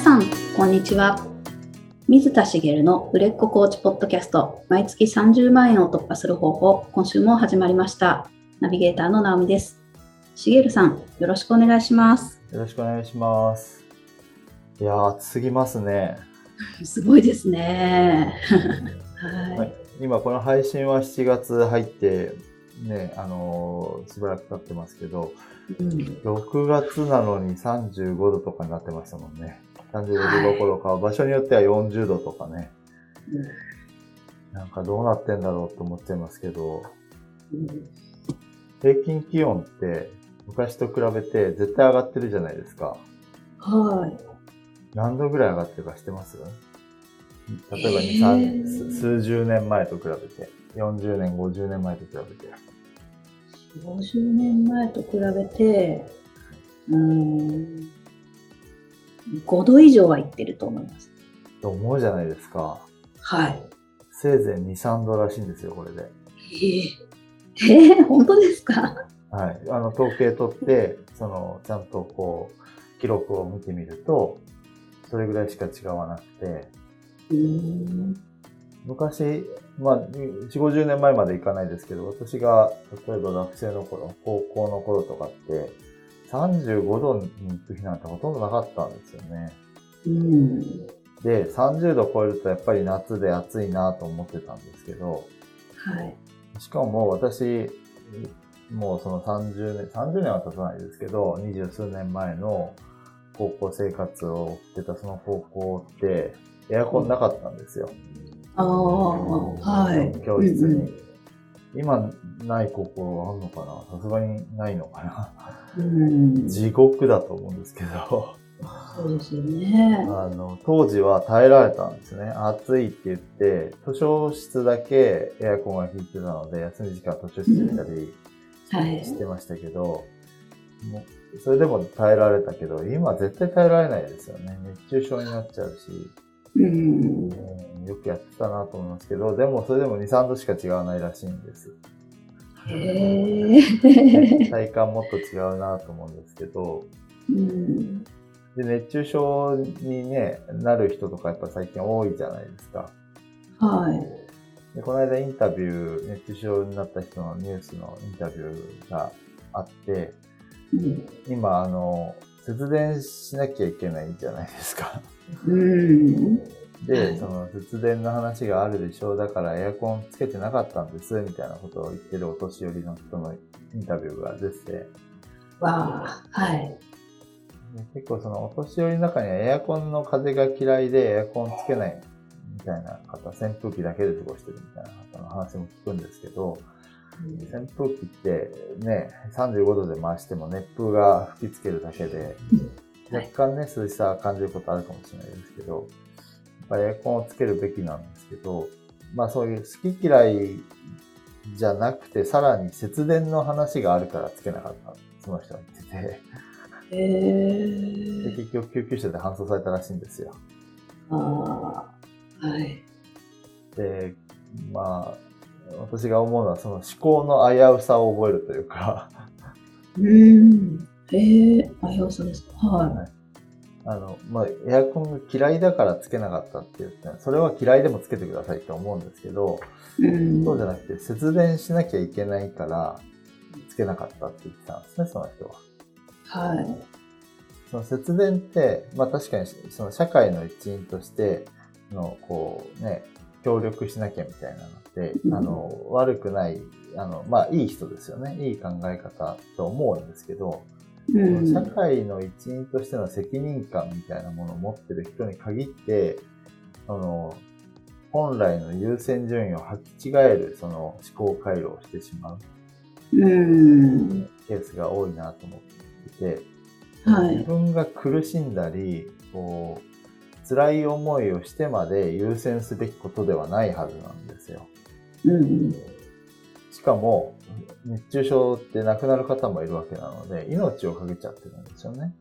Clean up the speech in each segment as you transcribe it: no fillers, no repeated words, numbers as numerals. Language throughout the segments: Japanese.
さん、こんにちは。水田茂の売れっ子コーチポッドキャスト、毎月30万円を突破する方法、今週も始まりました。ナビゲーターの直美です。茂さん、よろしくお願いします。 よろしくお願いします。いやー、暑すぎますね。 すごいですね。 はい、今この配信は7月入ってね、しばらく経ってますけど、6月なのに35度とかになってましたもんね。35度どころか、場所によっては40度とかね。なんかどうなってんだろうと思っちゃいますけど、平均気温って昔と比べて絶対上がってるじゃないですか。 はい。 何度ぐらい上がってるか知ってます？例えば数十年前と比べて、40年、50年前と比べて。 50年前と比べて、5度以上はいってると思います。 と思うじゃないですか。 はい。 せいぜい2、3度らしいんですよ、これで。 本当ですか？ はい。統計取って、ちゃんとこう、記録を見てみると、それぐらいしか違わなくて、昔、4、50年前までいかないですけど、私が、例えば学生の頃、高校の頃とかって、35度に行く日なんてほとんどなかったんですよね。で、30度超えるとやっぱり夏で暑いなと思ってたんですけど、 はい。 しかも私、もうその30年は経たないですけど、20数年前の高校生活を送ってたその高校って、エアコンなかったんですよ。 はい。 教室に。今ない高校あるのかな？さすがにないのかな？地獄だと思うんですけど。 そうですよね。 当時は耐えられたんですね。暑いって言って、図書室だけエアコンが効いてたので、休み時間図書室にいたりしてましたけど、それでも耐えられたけど、今絶対耐えられないですよね。熱中症になっちゃうし。よくやってたなと思いますけど、でもそれでも2、3度しか違わないらしいんです。体感もっと違うなと思うんですけど、で熱中症に、なる人とかやっぱ最近多いじゃないですか。 はい。 でこの間インタビュー、熱中症になった人のニュースのインタビューがあって、今節電しなきゃいけないじゃないですか。で、その節電の話があるでしょう。だからエアコンつけてなかったんです、みたいなことを言ってるお年寄りの人のインタビューが出て。 はい。 結構そのお年寄りの中にはエアコンの風が嫌いでエアコンつけないみたいな方、扇風機だけで過ごしてるみたいな方の話も聞くんですけど、扇風機ってね、35度で回しても熱風が吹きつけるだけで、若干ね、涼しさ感じることあるかもしれないですけど、やっぱりエアコンをつけるべきなんですけど、そういう好き嫌いじゃなくて、さらに節電の話があるからつけなかった。その人が言ってて。で結局救急車で搬送されたらしいんですよ。 はい。 で、私が思うのはその思考の危うさを覚えるというか。 危うさですか。はい。 エアコンが嫌いだからつけなかったって言って、それは嫌いでもつけてくださいって思うんですけど、そうじゃなくて節電しなきゃいけないからつけなかったって言ってたんですね、その人は。はい。その節電って、確かにその社会の一員として協力しなきゃみたいなのって、悪くない、いい人ですよね。いい考え方と思うんですけど、社会の一員としての責任感みたいなものを持ってる人に限って、本来の優先順位を履き違えるその思考回路をしてしまうケースが多いなと思っていて、自分が苦しんだり、辛い思いをしてまで優先すべきことではないはずなんですよ。しかも、熱中症って亡くなる方もいるわけなので、命をかけちゃってるんですよね。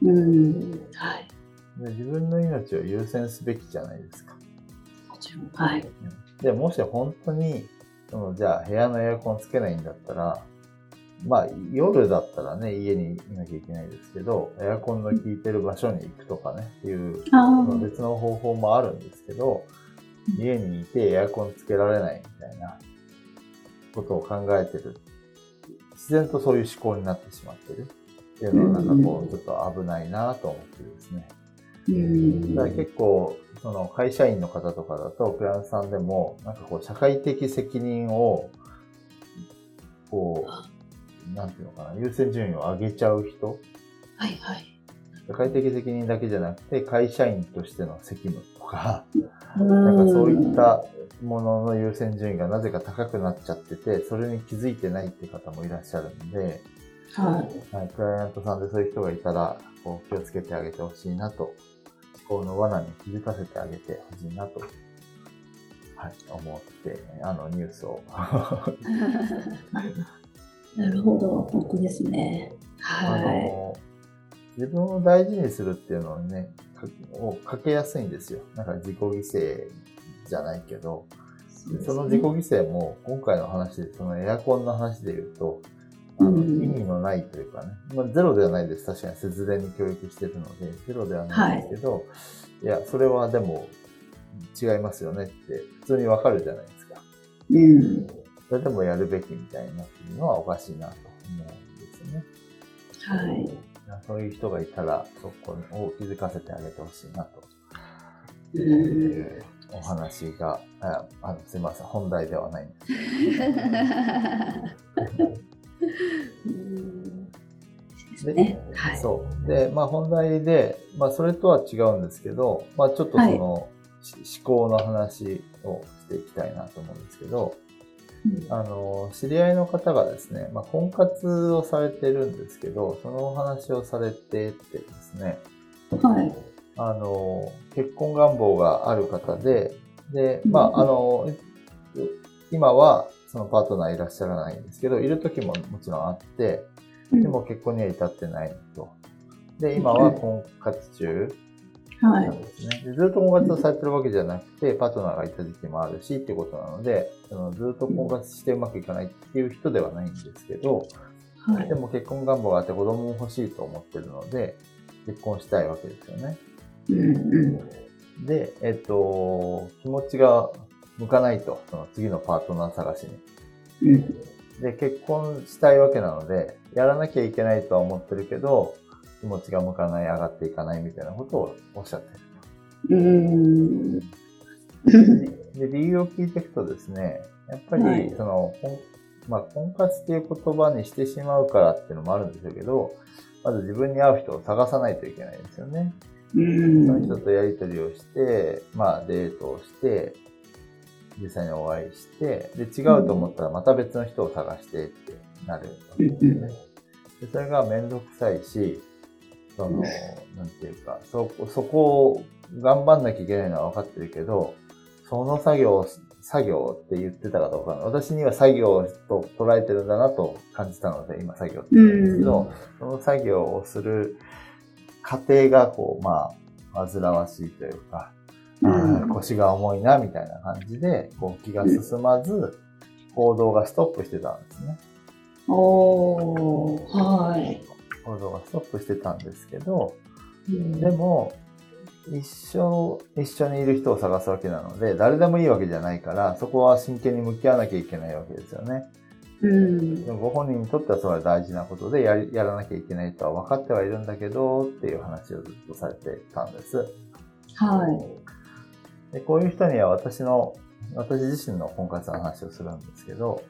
で自分の命を優先すべきじゃないですか。 もちろん。はい。 でもし本当に、じゃあ部屋のエアコンつけないんだったら、 まあ夜だったらね、家にいなきゃいけないですけど、エアコンの効いてる場所に行くとかね、っていう別の方法もあるんですけど、家にいてエアコンつけられないみたいなことを考えてる。自然とそういう思考になってしまってるっていうのはなんかこうちょっと危ないなと思ってですね。だから結構その会社員の方とかだとクライアントさんでもなんかこう社会的責任をこうなんていうのかな、優先順位を上げちゃう人、 はいはい、 社会的責任だけじゃなくて会社員としての責務とかなんかそういったものの優先順位がなぜか高くなっちゃってて、それに気づいてないっていう方もいらっしゃるんで、はい、クライアントさんでそういう人がいたらこう気をつけてあげてほしいなと、思考の罠に気づかせてあげてほしいなと、はい、思ってニュースをなるほど、本当ですね。はい。 自分を大事にするっていうのはね、かけやすいんですよ。なんか自己犠牲じゃないけど、その自己犠牲も今回の話で、そのエアコンの話で言うと、意味のないというかね、まあ、ゼロではないです。確かに節電に協力してるので、ゼロではないんですけど、いや、それはでも違いますよねって普通にわかるじゃないですか。それでもやるべきみたいになっているのはおかしいなと思うんですよね。はい。そういう人がいたら、そこを気づかせてあげてほしいなと。お話が、すいません、本題ではないんですけど。で、はい、そう。で、まあ本題で、まあそれとは違うんですけど、まあちょっとその、思考の話をしていきたいなと思うんですけど、知り合いの方がですね、まあ、婚活をされてるんですけど、そのお話をされててですね、はい。結婚願望がある方で、まあ、今はそのパートナーいらっしゃらないんですけど、いる時ももちろんあって、でも結婚には至ってないと。で、今は婚活中。なんですね。でずっと婚活をされてるわけじゃなくて、パートナーがいた時期もあるしっていうことなので、ずっと婚活してうまくいかないっていう人ではないんですけど、でも結婚願望があって子供も欲しいと思ってるので、結婚したいわけですよね。で、気持ちが向かないと、その次のパートナー探しに。で、結婚したいわけなので、やらなきゃいけないとは思ってるけど、気持ちが向かない、上がっていかないみたいなことをおっしゃってる。で、理由を聞いていくとですね、やっぱり、婚活っていう言葉にしてしまうからっていうのもあるんですけど、まず自分に合う人を探さないといけないですよね。その人とやり取りをして、まあデートをして、実際にお会いして、で、違うと思ったらまた別の人を探してってなるわけですね。で、それがめんどくさいし、なんていうか、そこを頑張んなきゃいけないのは分かってるけど、その作業って言ってたかどうか、私には作業と捉えてるんだなと感じたので、今作業って言うんですけど、その作業をする過程がこう、まあ、煩わしいというか、腰が重いなみたいな感じで、こう気が進まず、行動がストップしてたんですね。はい。行動がストップしてたんですけど、でも、一緒にいる人を探すわけなので、誰でもいいわけじゃないから、そこは真剣に向き合わなきゃいけないわけですよね。でもご本人にとってはそれは大事なことでやらなきゃいけないとは分かってはいるんだけど、っていう話をずっとされてたんです。はい。で、こういう人には私自身の婚活の話をするんですけど、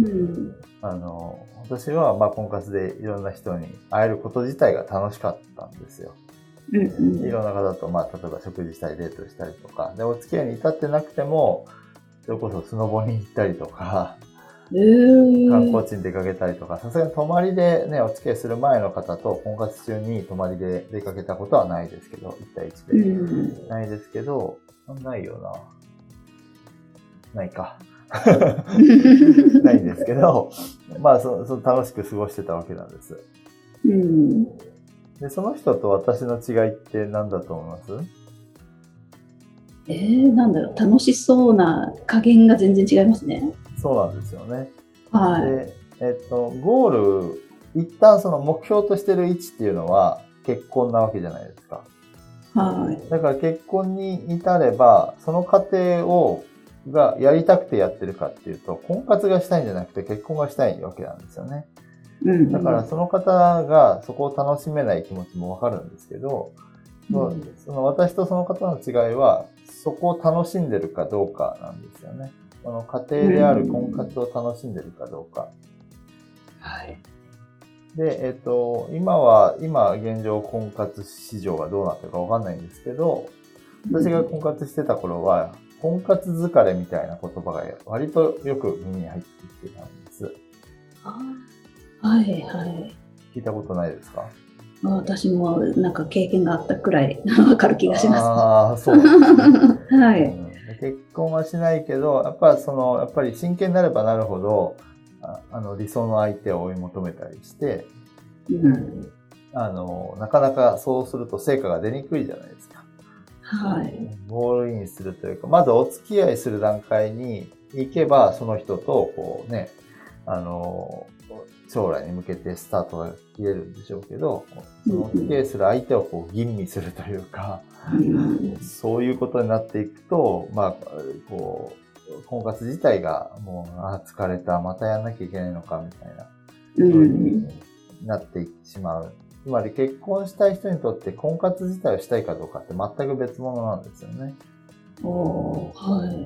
私はまあ婚活でいろんな人に会えること自体が楽しかったんですよ。いろんな方と、まあ、例えば食事したりデートしたりとか、で、お付き合いに至ってなくても、それこそスノボに行ったりとか、観光地に出かけたりとか、さすがに泊まりでね、お付き合いする前の方と婚活中に泊まりで出かけたことはないですけど、1対1で。ないですけど、ないよな。ないか。ないんですけど、まあ楽しく過ごしてたわけなんです。で、その人と私の違いって何だと思います？ なんだろう、楽しそうな加減が全然違いますね。 そうなんですよね。 はい。 で、 ゴール、一旦その目標としてる位置っていうのは結婚なわけじゃないですか。 はい。 だから結婚に至れば、その過程がやりたくてやってるかっていうと、婚活がしたいんじゃなくて結婚がしたいわけなんですよね。だからその方がそこを楽しめない気持ちもわかるんですけど、その私とその方の違いは、そこを楽しんでるかどうかなんですよね。この家庭である婚活を楽しんでるかどうか。 はい。 で、今現状婚活市場がどうなってるかわかんないんですけど、私が婚活してた頃は、婚活疲れみたいな言葉が割とよく耳に入ってきてたんです。 はいはい。 聞いたことないですか？ 私もなんか経験があったくらいわかる気がします。 ああ、そうなんですね。 はい。 結婚はしないけど、やっぱり真剣になればなるほど、理想の相手を追い求めたりして、なかなかそうすると成果が出にくいじゃないですか。 はい。 ゴールインするというか、まずお付き合いする段階に行けば、その人と、こうね、将来に向けてスタートが切れるんでしょうけど、そのお付き合いする相手をこう吟味するというか、そういうことになっていくと、婚活自体がもう、疲れた、またやんなきゃいけないのか、みたいな、そういう風になっていってしまう。つまり結婚したい人にとって婚活自体をしたいかどうかって全く別物なんですよね。 はい。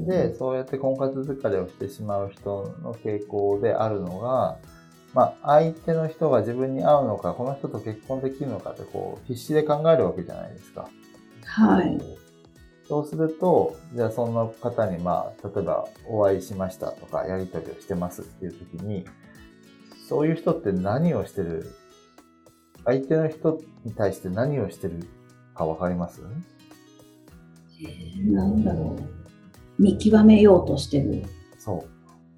で、そうやって婚活疲れをしてしまう人の傾向であるのが、相手の人が自分に合うのか、この人と結婚できるのかって必死で考えるわけじゃないですか。 はい。 そうすると、じゃあそんな方に例えばお会いしましたとか、やりとりをしてますっていう時に、そういう人って何をしてる、相手の人に対して何をしてるかわかります？ なんだろう。見極めようとしてる。 そう。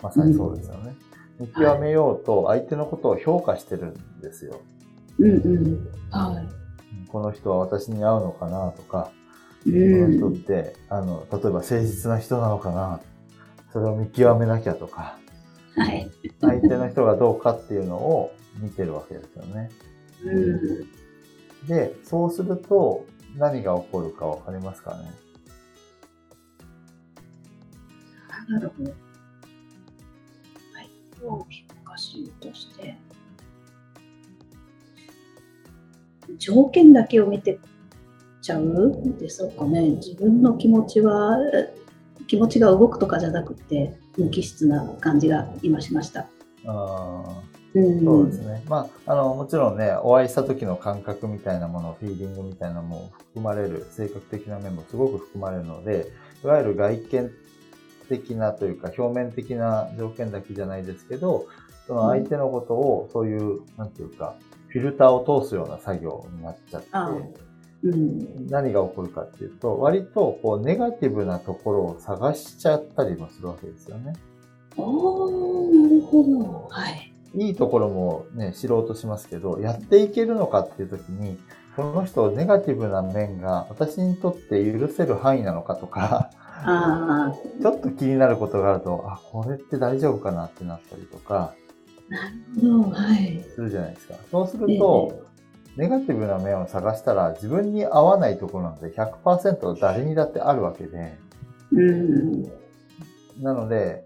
まさにそうですよね。見極めようと相手のことを評価してるんですよ。 はい。 この人は私に合うのかなとか、この人って、例えば誠実な人なのかな、それを見極めなきゃとか、 はい。 相手の人がどうかっていうのを見てるわけですよね。で、そうすると何が起こるかわかりますかね？ なるほど。相手を評価しようとして、条件だけを見てちゃうでしょうかね。自分の気持ちが動くとかじゃなくて、無機質な感じが今しました。 そうですね。もちろんね、お会いした時の感覚みたいなもの、フィーリングみたいなものも含まれる、性格的な面もすごく含まれるので、いわゆる外見的なというか、表面的な条件だけじゃないですけど、その相手のことを、そういう、なんていうか、フィルターを通すような作業になっちゃって、何が起こるかっていうと、割とネガティブなところを探しちゃったりもするわけですよね。 なるほど。はい。 いいところもね、知ろうとしますけど、やっていけるのかっていう時に、この人ネガティブな面が私にとって許せる範囲なのかとか、ちょっと気になることがあると、これって大丈夫かなってなったりとか、 なるほど。はい。 するじゃないですか。そうすると、ネガティブな面を探したら自分に合わないところなんて 100% 誰にだってあるわけで、なので、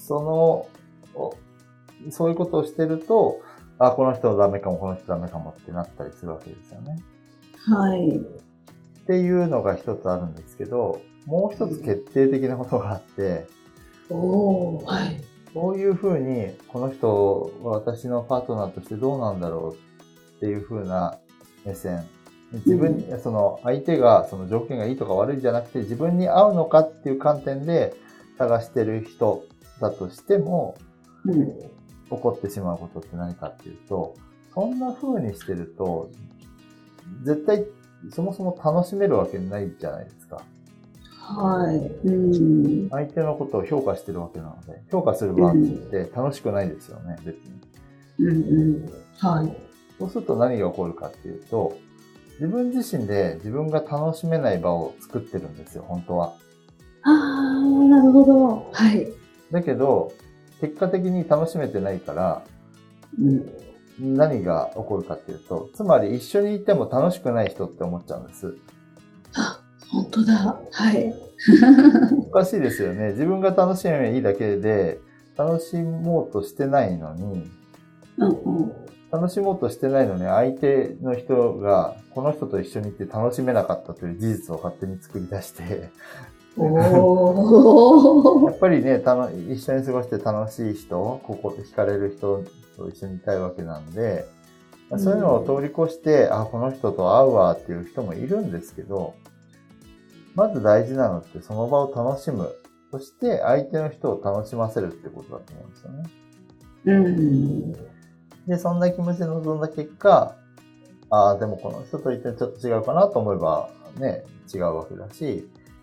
そういうことをしてると、この人ダメかも、この人ダメかもってなったりするわけですよね。 はい。 っていうのが一つあるんですけど、もう一つ決定的なことがあって、 はい。 そういうふうに、この人は私のパートナーとしてどうなんだろうっていうふうな目線。自分、その相手がその条件がいいとか悪いじゃなくて、自分に合うのかっていう観点で探してる人だとしても、起こってしまうことって何かっていうと、そんな風にしてると、絶対そもそも楽しめるわけないじゃないですか。 はい。 相手のことを評価してるわけなので、評価する場って楽しくないですよね、別に。 はい。 そうすると何が起こるかっていうと、自分自身で自分が楽しめない場を作ってるんですよ、本当は。 なるほど。はい。 だけど、 結果的に楽しめてないから、何が起こるかっていうと、つまり一緒にいても楽しくない人って思っちゃうんです。 あ、本当だ。はい。 おかしいですよね。自分が楽しめばいいだけで、楽しもうとしてないのに、楽しもうとしてないのに相手の人がこの人と一緒にいて楽しめなかったという事実を勝手に作り出してやっぱりね、一緒に過ごして楽しい人、惹かれる人と一緒にいたいわけなんで、そういうのを通り越して、この人と会うわっていう人もいるんですけど、まず大事なのってその場を楽しむ。そして相手の人を楽しませるってことだと思うんですよね。で、そんな気持ちで臨んだ結果、でもこの人といてちょっと違うかなと思えばね、違うわけだし、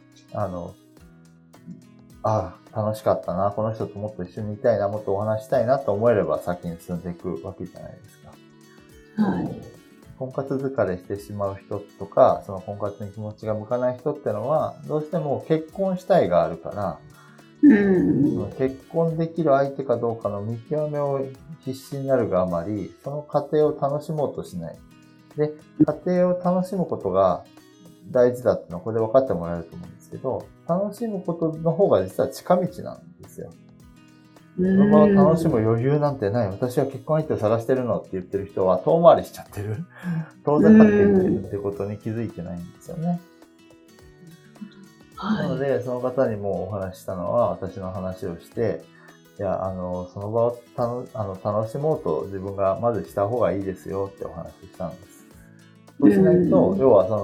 楽しかったな、この人ともっと一緒にいたいな、もっとお話したいなと思えれば先に進んでいくわけじゃないですか。はい。婚活疲れしてしまう人とか、その婚活に気持ちが向かない人ってのは、どうしても結婚したいがあるから、結婚できる相手かどうかの見極めを必死になるがあまり、その過程を楽しもうとしない。で、過程を楽しむことが大事だってのはこれで分かってもらえると思うんですけど、楽しむことの方が実は近道なんですよ。その場を楽しむ余裕なんてない。私は結婚相手を探してるのって言ってる人は遠回りしちゃってる。遠ざかっていってるってことに気づいてないんですよね。なので、その方にもお話ししたのは、私の話をして、その場を楽しもうと自分がまずした方がいいですよってお話ししたんです。そうしないと、要は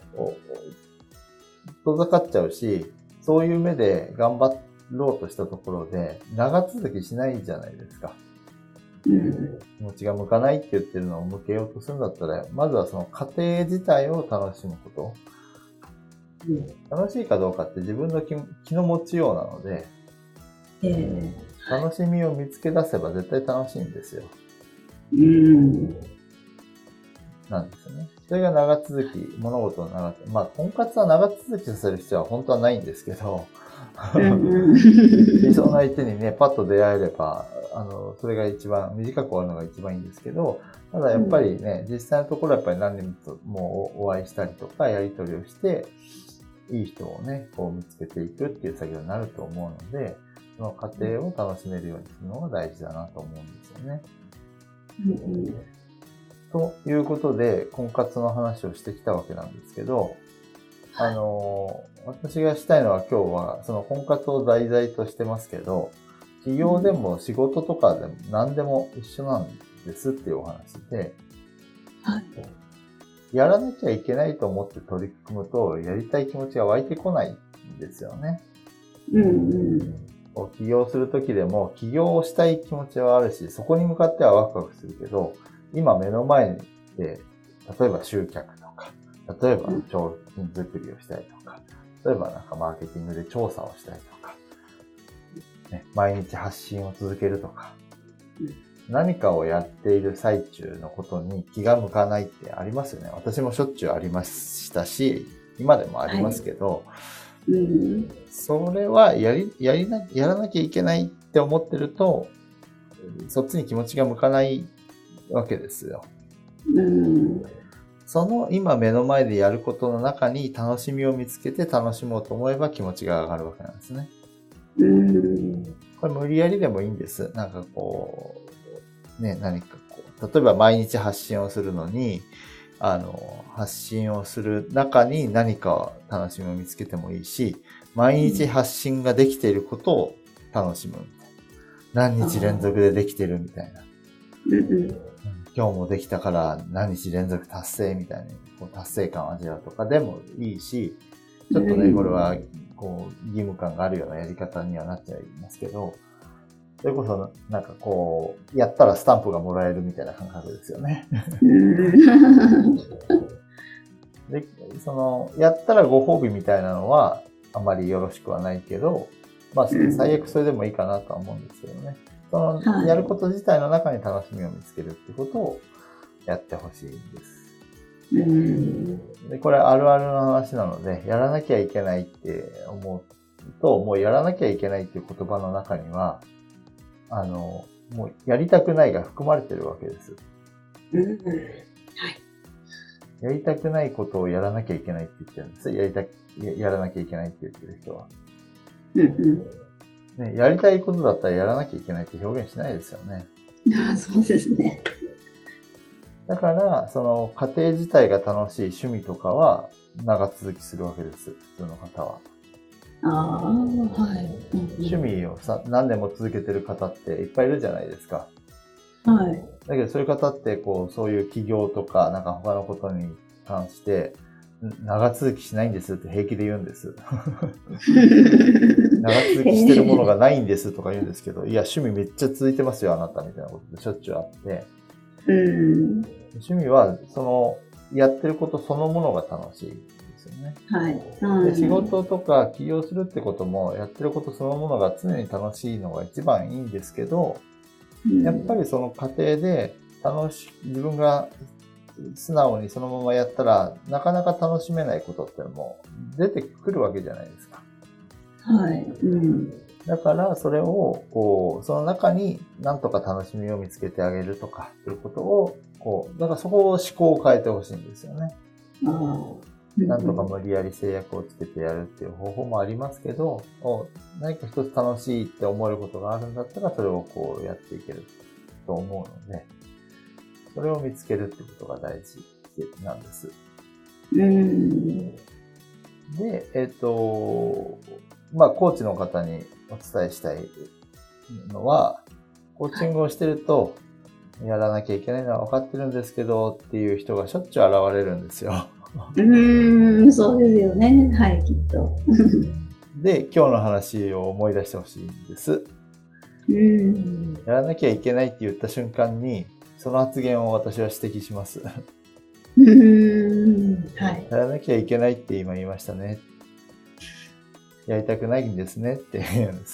遠ざかっちゃうし、そういう目で頑張ろうとしたところで、長続きしないじゃないですか。気持ちが向かないって言ってるのを向けようとするんだったら、まずはその過程自体を楽しむこと。楽しいかどうかって自分の気の持ちようなので、楽しみを見つけ出せば絶対楽しいんですよ。なんですよね。それが長続き、物事を婚活は長続きさせる必要は本当はないんですけど、理想の相手にね、パッと出会えれば、それが一番、短く終わるのが一番いいんですけど、ただやっぱりね、実際のところやっぱり何人もお会いしたりとか、やり取りをして、いい人をね、こう見つけていくっていう作業になると思うので、その過程を楽しめるようにするのが大事だなと思うんですよね。ということで、婚活の話をしてきたわけなんですけど、私がしたいのは今日は、その婚活を題材としてますけど、企業でも仕事とかでも何でも一緒なんですっていうお話で、やらなきゃいけないと思って取り組むと、やりたい気持ちが湧いてこないんですよね。起業するときでも、起業をしたい気持ちはあるし、そこに向かってはワクワクするけど、今目の前で、例えば集客とか、例えば商品作りをしたりとか、例えばマーケティングで調査をしたりとか、毎日発信を続けるとか、何かをやっている最中のことに気が向かないってありますよね。私もしょっちゅうありましたし、今でもありますけど、それはやらなきゃいけないって思ってると、そっちに気持ちが向かないわけですよ。その今目の前でやることの中に楽しみを見つけて楽しもうと思えば気持ちが上がるわけなんですね。これ無理やりでもいいんです。何か例えば毎日発信をするのに、発信をする中に何か楽しみを見つけてもいいし、毎日発信ができていることを楽しむみたいな。何日連続でできてるみたいな。今日もできたから何日連続達成みたいな、達成感を味わうとかでもいいし、ちょっとね、これは義務感があるようなやり方にはなっちゃいますけど、それこそやったらスタンプがもらえるみたいな感覚ですよね。で、やったらご褒美みたいなのはあまりよろしくはないけど、最悪それでもいいかなとは思うんですけどね。やること自体の中に楽しみを見つけるってことをやってほしいんです。で、これあるあるの話なので、やらなきゃいけないって思うと、もうやらなきゃいけないっていう言葉の中には、 もうやりたくないが含まれてるわけです。 はい。 やりたくないことをやらなきゃいけないって言ってるんです。やらなきゃいけないって言ってる人は。ね、やりたいことだったらやらなきゃいけないって表現しないですよね。 そうですね。 だから、その家庭自体が楽しい趣味とかは長続きするわけです。普通の方は。 はい。 趣味を何年も続けてる方っていっぱいいるじゃないですか。 はい。 だけどそういう方ってそういう起業とかなんか他のことに関して長続きしないんですって平気で言うんです。長続きしてるものがないんですとか言うんですけど、いや趣味めっちゃ続いてますよあなたみたいなことでしょっちゅうあって、趣味はやってることそのものが楽しいですよね。 はい。 で仕事とか起業するってこともやってることそのものが常に楽しいのが一番いいんですけど、やっぱりその過程で自分が素直にそのままやったらなかなか楽しめないことってのも出てくるわけじゃないですか。 はい。 だからそれをその中になんとか楽しみを見つけてあげるとかということをだからそこを思考を変えてほしいんですよね。なんとか無理やり制約をつけてやるっていう方法もありますけど、何か一つ楽しいって思えることがあるんだったら、それをやっていけると思うので、それを見つけるってことが大事なんです。で、コーチの方にお伝えしたいのは、コーチングをしてると、やらなきゃいけないのは分かってるんですけどっていう人がしょっちゅう現れるんですよ。 そうですよね。はい、きっと。 で、今日の話を思い出してほしいんです。やらなきゃいけないって言った瞬間に、その発言を私は指摘します。はい。やらなきゃいけないって今言いましたね。やりたくないんですねって言うんです。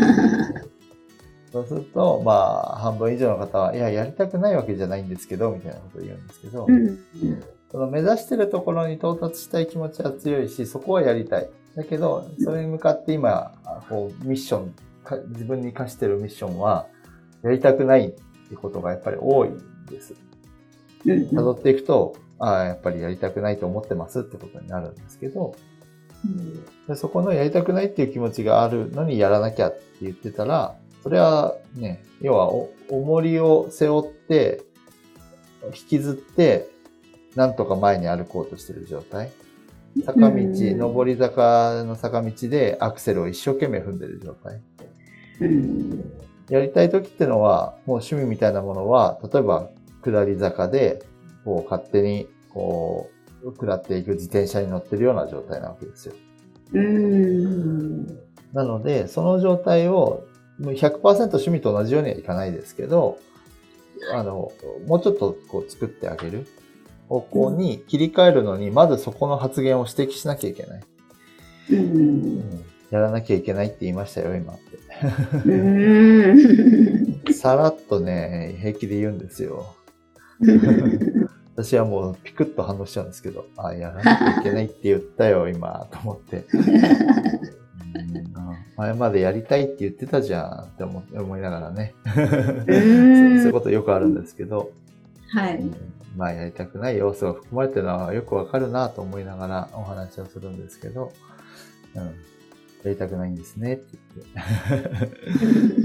そうすると、半分以上の方は、いや、やりたくないわけじゃないんですけど、みたいなことを言うんですけど、その目指してるところに到達したい気持ちは強いし、そこはやりたい。だけど、それに向かって今、ミッション、自分に課してるミッションは、やりたくないってことがやっぱり多いんです。辿っていくと、やっぱりやりたくないと思ってますってことになるんですけど、でそこのやりたくないっていう気持ちがあるのにやらなきゃって言ってたら、それはね、要は重りを背負って、引きずって、なんとか前に歩こうとしている状態。坂道、上り坂の坂道でアクセルを一生懸命踏んでいる状態。やりたい時ってのは、もう趣味みたいなものは、例えば下り坂で、勝手に下っていく自転車に乗ってるような状態なわけですよ。なので、その状態を 100% 趣味と同じようにはいかないですけど、もうちょっと作ってあげる方向に切り替えるのに、まずそこの発言を指摘しなきゃいけない。やらなきゃいけないって言いましたよ、今って。さらっとね、平気で言うんですよ。私はもうピクッと反応しちゃうんですけど、やらなきゃいけないって言ったよ、今、と思って。前までやりたいって言ってたじゃんって思いながらね。そういうことよくあるんですけど、 はい。 やりたくない要素が含まれてるのはよくわかるなと思いながらお話をするんですけど、やりたくないんですねって言って。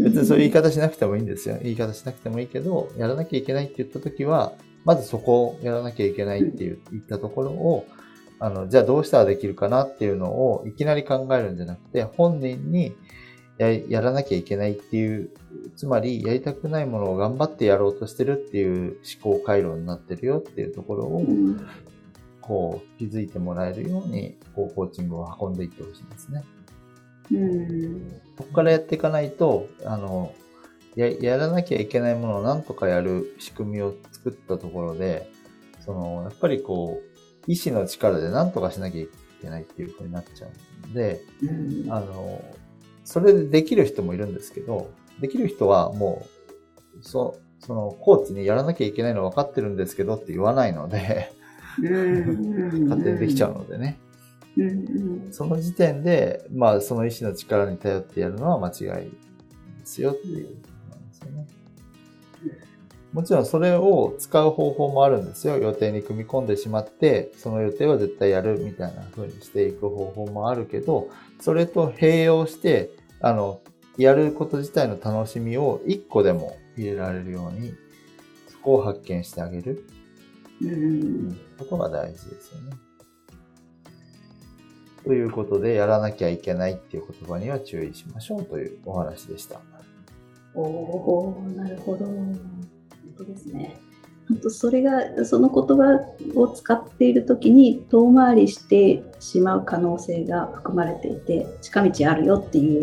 別にそういう言い方しなくてもいいんですよ。言い方しなくてもいいけど、やらなきゃいけないって言ったときは、まずそこをやらなきゃいけないって言ったところを、じゃあどうしたらできるかなっていうのをいきなり考えるんじゃなくて、本人にやらなきゃいけないっていう、つまりやりたくないものを頑張ってやろうとしてるっていう思考回路になってるよっていうところを、気づいてもらえるように、コーチングを運んでいってほしいんですね。ここからやっていかないと、やらなきゃいけないものを何とかやる仕組みを作ったところで、やっぱり意志の力で何とかしなきゃいけないっていう風になっちゃうんで、それでできる人もいるんですけど、できる人はもう、そのコーチにやらなきゃいけないの分かってるんですけどって言わないので、勝手にできちゃうのでね。その時点で、その意志の力に頼ってやるのは間違いですよっていうですよね。もちろんそれを使う方法もあるんですよ。予定に組み込んでしまって、その予定は絶対やるみたいな風にしていく方法もあるけど、それと併用して、やること自体の楽しみを一個でも入れられるように、そこを発見してあげることが大事ですよね。ということで、やらなきゃいけないっていう言葉には注意しましょうというお話でした。 おー、なるほど。本当ですね。本当それが、その言葉を使っているときに遠回りしてしまう可能性が含まれていて、近道あるよっていう。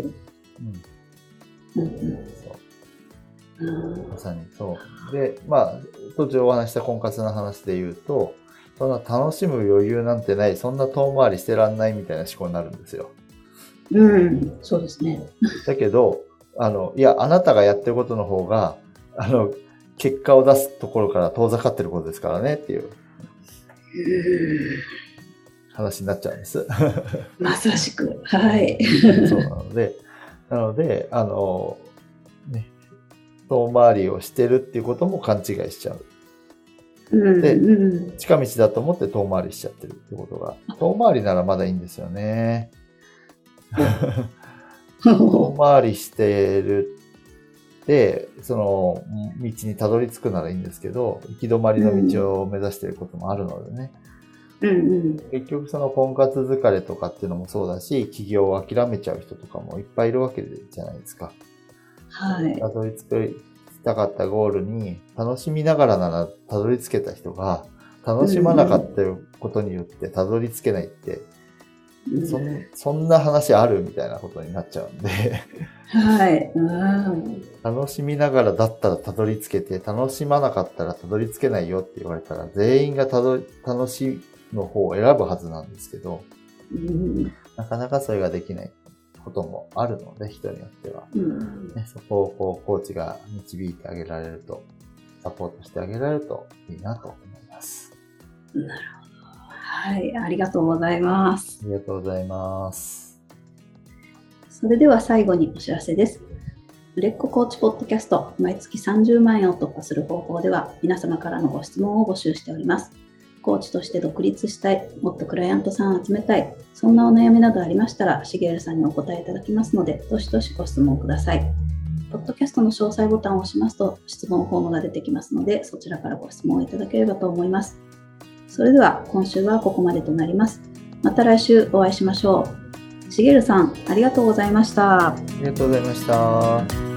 まさにそう。で、途中お話した婚活の話で言うと、そんな楽しむ余裕なんてない、そんな遠回りしてらんないみたいな思考になるんですよ。 そうですね。 だけど、いや、あなたがやってることの方が、結果を出すところから遠ざかってることですからねっていう話になっちゃうんです。 まさしく。はい。 そうなので、遠回りをしてるっていうことも勘違いしちゃう。で、近道だと思って遠回りしちゃってるってことが、遠回りならまだいいんですよね。遠回りしてるで、その道にたどり着くならいいんですけど、行き止まりの道を目指していることもあるのでね。結局その婚活疲れとかっていうのもそうだし、起業を諦めちゃう人とかもいっぱいいるわけじゃないですか。 はい。 たどり着きたかったゴールに楽しみながらならたどり着けた人が、楽しまなかったことによってたどり着けないって、そんな話あるみたいなことになっちゃうんではい。 楽しみながらだったらたどり着けて、楽しまなかったらたどり着けないよって言われたら、全員が楽しむ方を選ぶはずなんですけど、なかなかそれができないこともあるので、人によっては。そこをコーチが導いてあげられると、サポートしてあげられるといいなと思います。 なるほど。はい、ありがとうございます。 ありがとうございます。 それでは最後にお知らせです。売れっ子コーチポッドキャスト、毎月30万円を突破する方法では、皆様からのご質問を募集しております。コーチとして独立したい、もっとクライアントさんを集めたい、そんなお悩みなどありましたら、しげるさんにお答えいただきますので、どしどしご質問ください。ポッドキャストの詳細ボタンを押しますと、質問フォームが出てきますので、そちらからご質問をいただければと思います。それでは今週はここまでとなります。また来週お会いしましょう。しげるさん、ありがとうございました。 ありがとうございました。